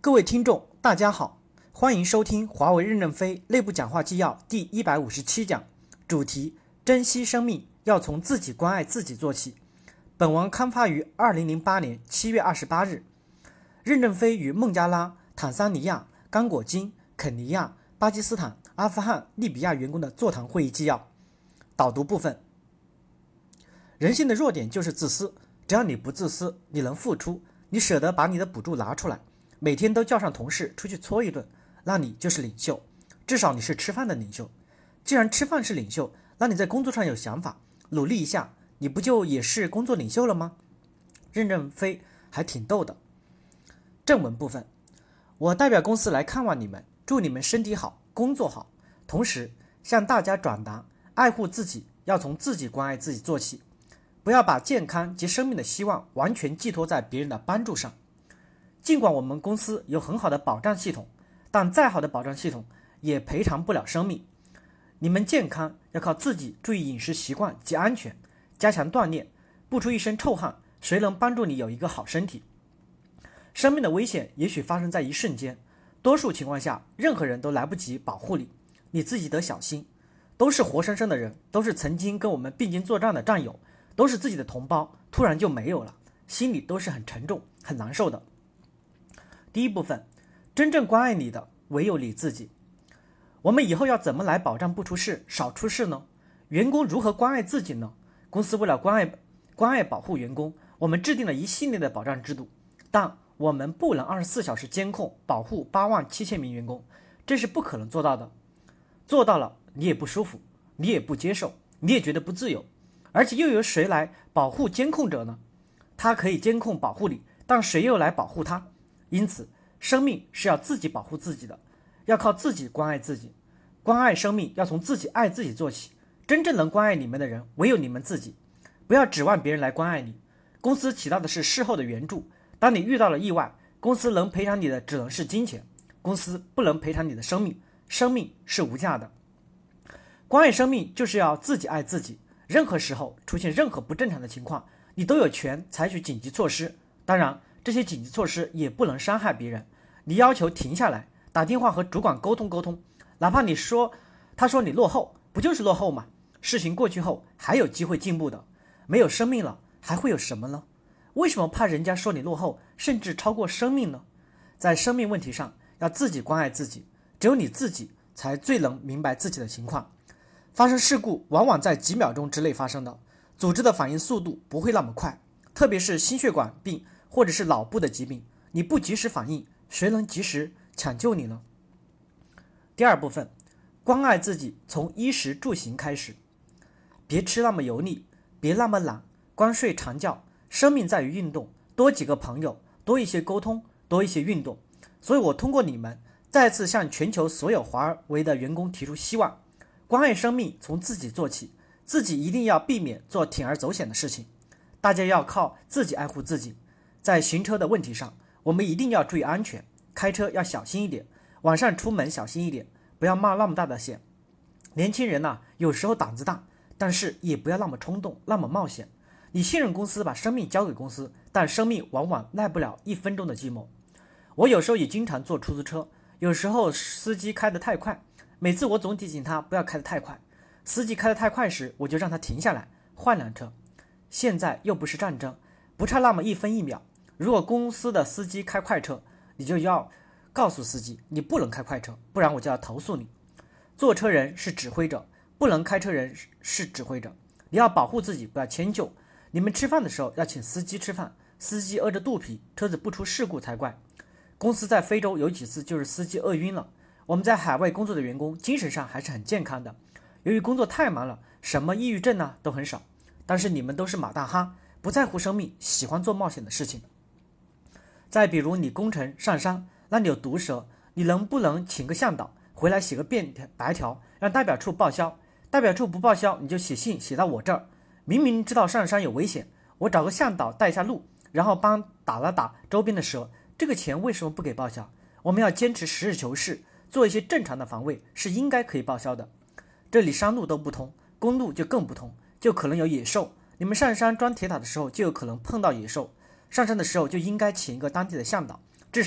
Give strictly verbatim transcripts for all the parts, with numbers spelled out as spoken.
各位听众，大家好，欢迎收听华为任正非内部讲话纪要第一百五十七讲，主题：珍惜生命要从自己关爱自己做起。本文刊发于二零零八年七月二十八日。任正非与孟加拉、坦桑尼亚、刚果金、肯尼亚、巴基斯坦、阿富汗、利比亚员工的座谈会议纪要。导读部分。人性的弱点就是自私，只要你不自私，你能付出，你舍得把你的补助拿出来，每天都叫上同事出去搓一顿，那你就是领袖，至少你是吃饭的领袖。既然吃饭是领袖，那你在工作上有想法，努力一下，你不就也是工作领袖了吗？任正非还挺逗的。正文部分，我代表公司来看望你们，祝你们身体好，工作好，同时向大家转达，爱护自己要从自己关爱自己做起，不要把健康及生命的希望完全寄托在别人的帮助上。尽管我们公司有很好的保障系统，但再好的保障系统也赔偿不了生命。你们健康要靠自己注意饮食习惯及安全，加强锻炼，不出一身臭汗，谁能帮助你有一个好身体？生命的危险也许发生在一瞬间，多数情况下任何人都来不及保护你，你自己得小心。都是活生生的人，都是曾经跟我们并肩作战的战友，都是自己的同胞，突然就没有了，心里都是很沉重很难受的。第一部分，真正关爱你的唯有你自己。我们以后要怎么来保障不出事少出事呢？员工如何关爱自己呢？公司为了关爱关爱保护员工，我们制定了一系列的保障制度，但我们不能二十四小时监控保护八万七千名员工，这是不可能做到的。做到了你也不舒服，你也不接受，你也觉得不自由，而且又由谁来保护监控者呢？他可以监控保护你，但谁又来保护他？因此生命是要自己保护自己的，要靠自己关爱自己。关爱生命要从自己爱自己做起，真正能关爱你们的人唯有你们自己，不要指望别人来关爱你。公司起到的是事后的援助，当你遇到了意外，公司能赔偿你的只能是金钱，公司不能赔偿你的生命，生命是无价的。关爱生命就是要自己爱自己，任何时候出现任何不正常的情况，你都有权采取紧急措施，当然这些紧急措施也不能伤害别人，你要求停下来，打电话和主管沟通沟通，哪怕你说他说你落后，不就是落后吗？事情过去后还有机会进步的，没有生命了还会有什么呢？为什么怕人家说你落后，甚至超过生命呢？在生命问题上要自己关爱自己，只有你自己才最能明白自己的情况。发生事故往往在几秒钟之内发生的，组织的反应速度不会那么快，特别是心血管病或者是脑部的疾病，你不及时反应，谁能及时抢救你呢？第二部分，关爱自己从衣食住行开始，别吃那么油腻，别那么懒，光睡长觉，生命在于运动，多几个朋友，多一些沟通，多一些运动。所以我通过你们再次向全球所有华为的员工提出希望，关爱生命从自己做起，自己一定要避免做铤而走险的事情，大家要靠自己爱护自己。在行车的问题上，我们一定要注意安全，开车要小心一点，晚上出门小心一点，不要冒那么大的险。年轻人啊，有时候胆子大，但是也不要那么冲动，那么冒险。你信任公司，把生命交给公司，但生命往往耐不了一分钟的寂寞。我有时候也经常坐出租车，有时候司机开得太快，每次我总提醒他不要开得太快，司机开得太快时，我就让他停下来换辆车。现在又不是战争，不差那么一分一秒，如果公司的司机开快车，你就要告诉司机你不能开快车，不然我就要投诉你。坐车人是指挥者，不能开车人是指挥者，你要保护自己，不要迁就。你们吃饭的时候要请司机吃饭，司机饿着肚皮，车子不出事故才怪。公司在非洲有几次就是司机饿晕了，我们在海外工作的员工精神上还是很健康的，由于工作太忙了，什么抑郁症啊都很少，但是你们都是马大哈，不在乎生命，喜欢做冒险的事情。再比如你工程上山，那你有毒蛇，你能不能请个向导回来写个便白条，让代表处报销？代表处不报销，你就写信写到我这儿，明明知道上山有危险，我找个向导带一下路，然后帮打了打周边的蛇，这个钱为什么不给报销？我们要坚持实事求是，做一些正常的防卫，是应该可以报销的。这里山路都不通，公路就更不通，就可能有野兽，你们上山装铁塔的时候就有可能碰到野兽，上山的时候就应该请一个当地的向导，至少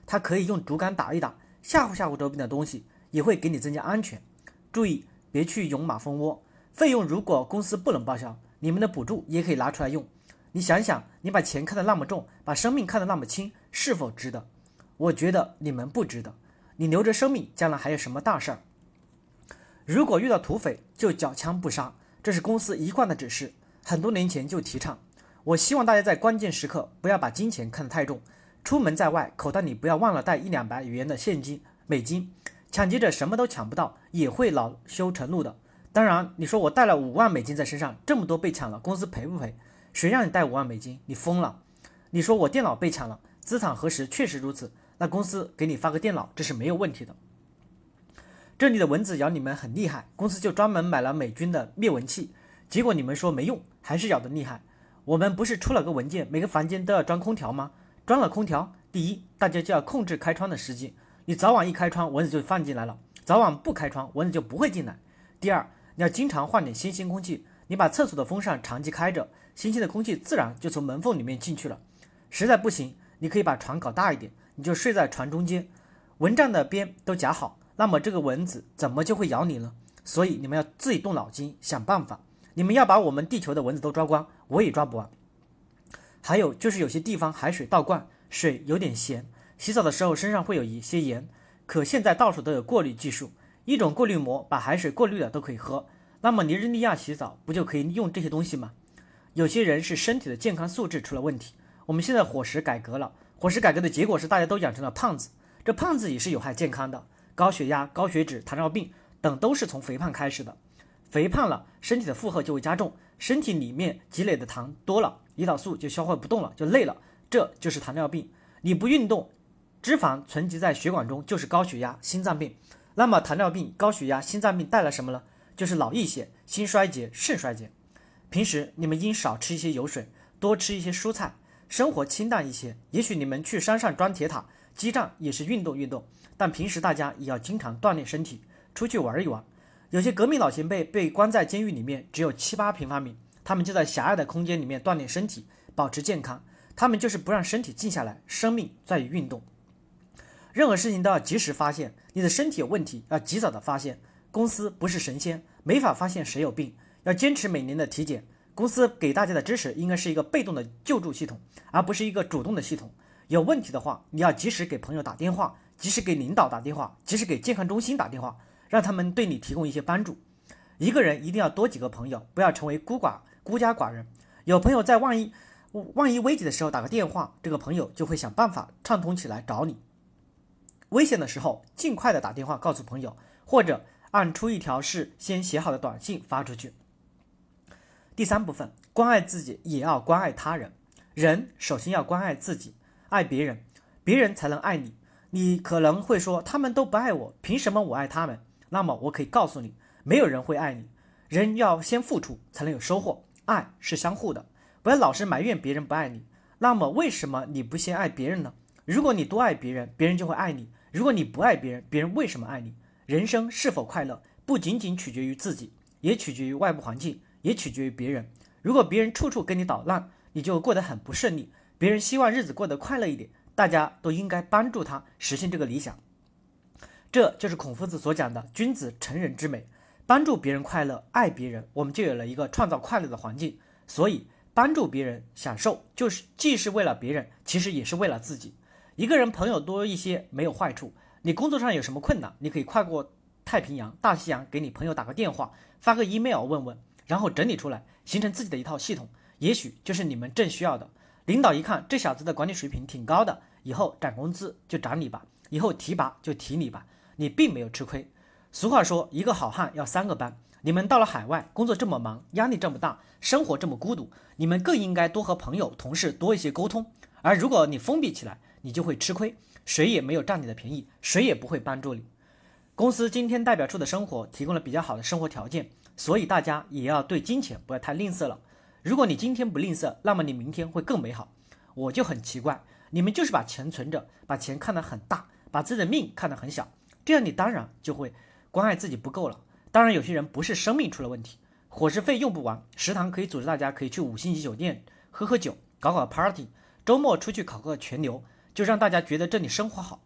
它可以用竹竿打一打，吓唬吓唬周边的东西，也会给你增加安全。注意，别去勇马蜂窝。费用如果公司不能报销，你们的补助也可以拿出来用。你想想，你把钱看得那么重，把生命看得那么轻，是否值得？我觉得你们不值得。你留着生命，将来还有什么大事儿？如果遇到土匪，就缴枪不杀，这是公司一贯的指示，很多年前就提倡。我希望大家在关键时刻不要把金钱看得太重，出门在外，口袋里不要忘了带一两百元的现金、美金。抢劫者什么都抢不到，也会恼羞成怒的。当然，你说我带了五万美金在身上，这么多被抢了，公司赔不赔？谁让你带五万美金？你疯了！你说我电脑被抢了，资产核实确实如此，那公司给你发个电脑，这是没有问题的。这里的蚊子咬你们很厉害，公司就专门买了美军的灭蚊器，结果你们说没用，还是咬得厉害。我们不是出了个文件，每个房间都要装空调吗？装了空调，第一，大家就要控制开窗的时机，你早晚一开窗，蚊子就放进来了；早晚不开窗，蚊子就不会进来。第二，你要经常换点新鲜空气，你把厕所的风扇长期开着，新鲜的空气自然就从门缝里面进去了。实在不行，你可以把床搞大一点，你就睡在床中间，蚊帐的边都夹好，那么这个蚊子怎么就会咬你呢？所以你们要自己动脑筋想办法。你们要把我们地球的蚊子都抓光，我也抓不完。还有就是有些地方海水倒灌，水有点咸，洗澡的时候身上会有一些盐，可现在到处都有过滤技术，一种过滤膜把海水过滤了都可以喝。那么尼日利亚洗澡不就可以用这些东西吗？有些人是身体的健康素质出了问题。我们现在伙食改革了，伙食改革的结果是大家都养成了胖子，这胖子也是有害健康的，高血压、高血脂、糖尿病等都是从肥胖开始的。肥胖了，身体的负荷就会加重，身体里面积累的糖多了，胰岛素就消化不动了，就累了，这就是糖尿病。你不运动，脂肪存积在血管中，就是高血压、心脏病。那么糖尿病、高血压、心脏病带来什么呢？就是脑溢血、心衰竭、肾衰竭。平时你们应少吃一些油水，多吃一些蔬菜，生活清淡一些。也许你们去山上钻铁塔、激战也是运动运动，但平时大家也要经常锻炼身体，出去玩一玩。有些革命老前辈被关在监狱里面，只有七八平方米，他们就在狭隘的空间里面锻炼身体，保持健康。他们就是不让身体静下来，生命在于运动。任何事情都要及时发现，你的身体有问题要及早的发现。公司不是神仙，没法发现谁有病，要坚持每年的体检。公司给大家的支持应该是一个被动的救助系统，而不是一个主动的系统。有问题的话，你要及时给朋友打电话，及时给领导打电话，及时给健康中心打电话，让他们对你提供一些帮助。一个人一定要多几个朋友，不要成为孤寡孤家寡人。有朋友在万一万一危急的时候打个电话，这个朋友就会想办法畅通起来找你。危险的时候尽快的打电话告诉朋友，或者按出一条事先写好的短信发出去。第三部分，关爱自己也要关爱他人。人首先要关爱自己，爱别人，别人才能爱你。你可能会说，他们都不爱我，凭什么我爱他们？那么我可以告诉你，没有人会爱你。人要先付出才能有收获，爱是相互的。不要老是埋怨别人不爱你，那么为什么你不先爱别人呢？如果你多爱别人，别人就会爱你；如果你不爱别人，别人为什么爱你？人生是否快乐，不仅仅取决于自己，也取决于外部环境，也取决于别人。如果别人处处跟你捣乱，你就过得很不顺利。别人希望日子过得快乐一点，大家都应该帮助他实现这个理想。这就是孔夫子所讲的君子成人之美。帮助别人快乐，爱别人，我们就有了一个创造快乐的环境。所以帮助别人享受，就是既是为了别人，其实也是为了自己。一个人朋友多一些没有坏处，你工作上有什么困难，你可以跨过太平洋、大西洋，给你朋友打个电话，发个 email 问问，然后整理出来，形成自己的一套系统，也许就是你们正需要的。领导一看这小子的管理水平挺高的，以后涨工资就涨你吧，以后提拔就提你吧，你并没有吃亏。俗话说，一个好汉要三个班。你们到了海外，工作这么忙，压力这么大，生活这么孤独，你们更应该多和朋友、同事多一些沟通。而如果你封闭起来，你就会吃亏，谁也没有占你的便宜，谁也不会帮助你。公司今天代表处的生活提供了比较好的生活条件，所以大家也要对金钱不要太吝啬了。如果你今天不吝啬，那么你明天会更美好。我就很奇怪，你们就是把钱存着，把钱看得很大，把自己的命看得很小，这样你当然就会关爱自己不够了。当然有些人不是生命出了问题，伙食费用不完，食堂可以组织大家可以去五星级酒店喝喝酒，搞搞 party， 周末出去考个全牛，就让大家觉得这里生活好。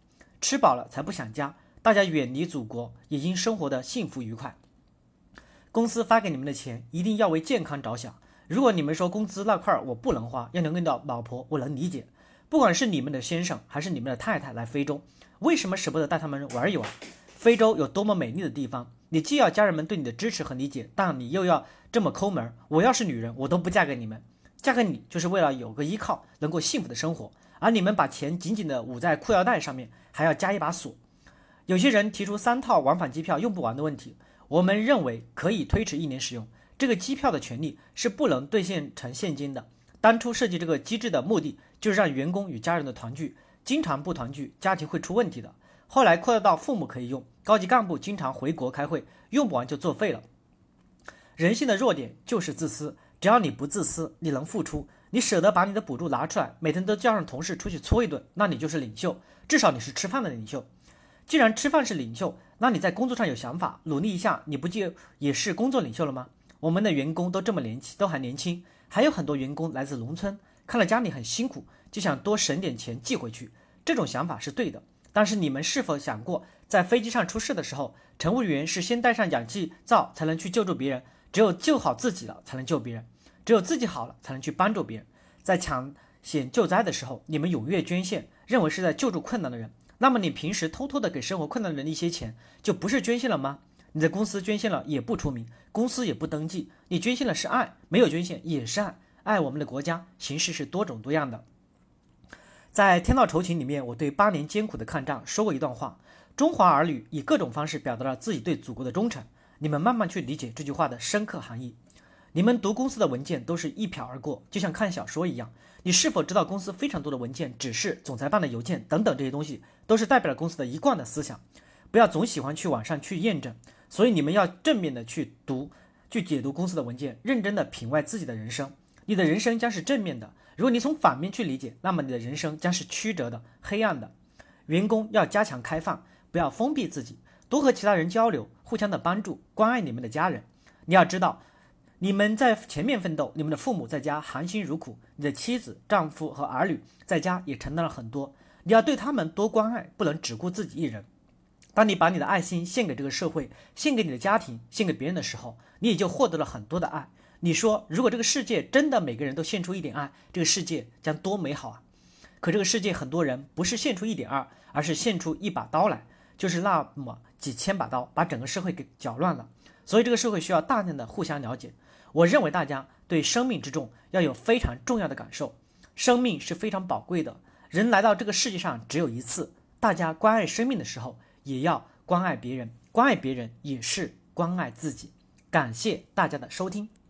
吃饱了才不想家，大家远离祖国，也应生活的幸福愉快。公司发给你们的钱一定要为健康着想，如果你们说工资那块我不能花，要能跟到老婆，我能理解。不管是你们的先生还是你们的太太来非洲，为什么舍不得带他们玩一玩？非洲有多么美丽的地方，你既要家人们对你的支持和理解，但你又要这么抠门。我要是女人，我都不嫁给你们，嫁给你就是为了有个依靠，能够幸福的生活，而你们把钱紧紧地捂在裤腰带上面，还要加一把锁。有些人提出三套往返机票用不完的问题，我们认为可以推迟一年使用。这个机票的权利是不能兑现成现金的。当初设计这个机制的目的就是让员工与家人的团聚，经常不团聚，家庭会出问题的。后来扩大到父母可以用，高级干部经常回国开会，用不完就作废了。人性的弱点就是自私，只要你不自私，你能付出，你舍得把你的补助拿出来，每天都叫上同事出去搓一顿，那你就是领袖，至少你是吃饭的领袖。既然吃饭是领袖，那你在工作上有想法，努力一下，你不就也是工作领袖了吗？我们的员工都这么年轻，都还年轻，还有很多员工来自农村，看了家里很辛苦，就想多省点钱寄回去，这种想法是对的。但是你们是否想过，在飞机上出事的时候，乘务员是先带上氧气罩才能去救助别人，只有救好自己了才能救别人，只有自己好了才能去帮助别人。在抢险救灾的时候，你们踊跃捐献，认为是在救助困难的人，那么你平时偷偷的给生活困难的人一些钱，就不是捐献了吗？你在公司捐献了也不出名，公司也不登记，你捐献了是爱，没有捐献也是爱。爱我们的国家，形式是多种多样的。在《天道酬勤》里面，我对八年艰苦的抗战说过一段话：中华儿女以各种方式表达了自己对祖国的忠诚。你们慢慢去理解这句话的深刻含义。你们读公司的文件都是一瞟而过，就像看小说一样。你是否知道公司非常多的文件、指示、总裁办的邮件等等这些东西，都是代表了公司的一贯的思想。不要总喜欢去网上去验证，所以你们要正面的去读、去解读公司的文件，认真的品味自己的人生。你的人生将是正面的。如果你从反面去理解，那么你的人生将是曲折的、黑暗的。员工要加强开放，不要封闭自己，多和其他人交流，互相的帮助，关爱你们的家人。你要知道，你们在前面奋斗，你们的父母在家含辛茹苦，你的妻子、丈夫和儿女在家也承担了很多，你要对他们多关爱，不能只顾自己一人。当你把你的爱心献给这个社会，献给你的家庭，献给别人的时候，你也就获得了很多的爱。你说，如果这个世界真的每个人都献出一点爱，这个世界将多美好啊！可这个世界很多人不是献出一点爱，而是献出一把刀来，就是那么几千把刀，把整个社会给搅乱了。所以这个社会需要大量的互相了解。我认为大家对生命之重要有非常重要的感受，生命是非常宝贵的，人来到这个世界上只有一次，大家关爱生命的时候，也要关爱别人，关爱别人也是关爱自己。感谢大家的收听。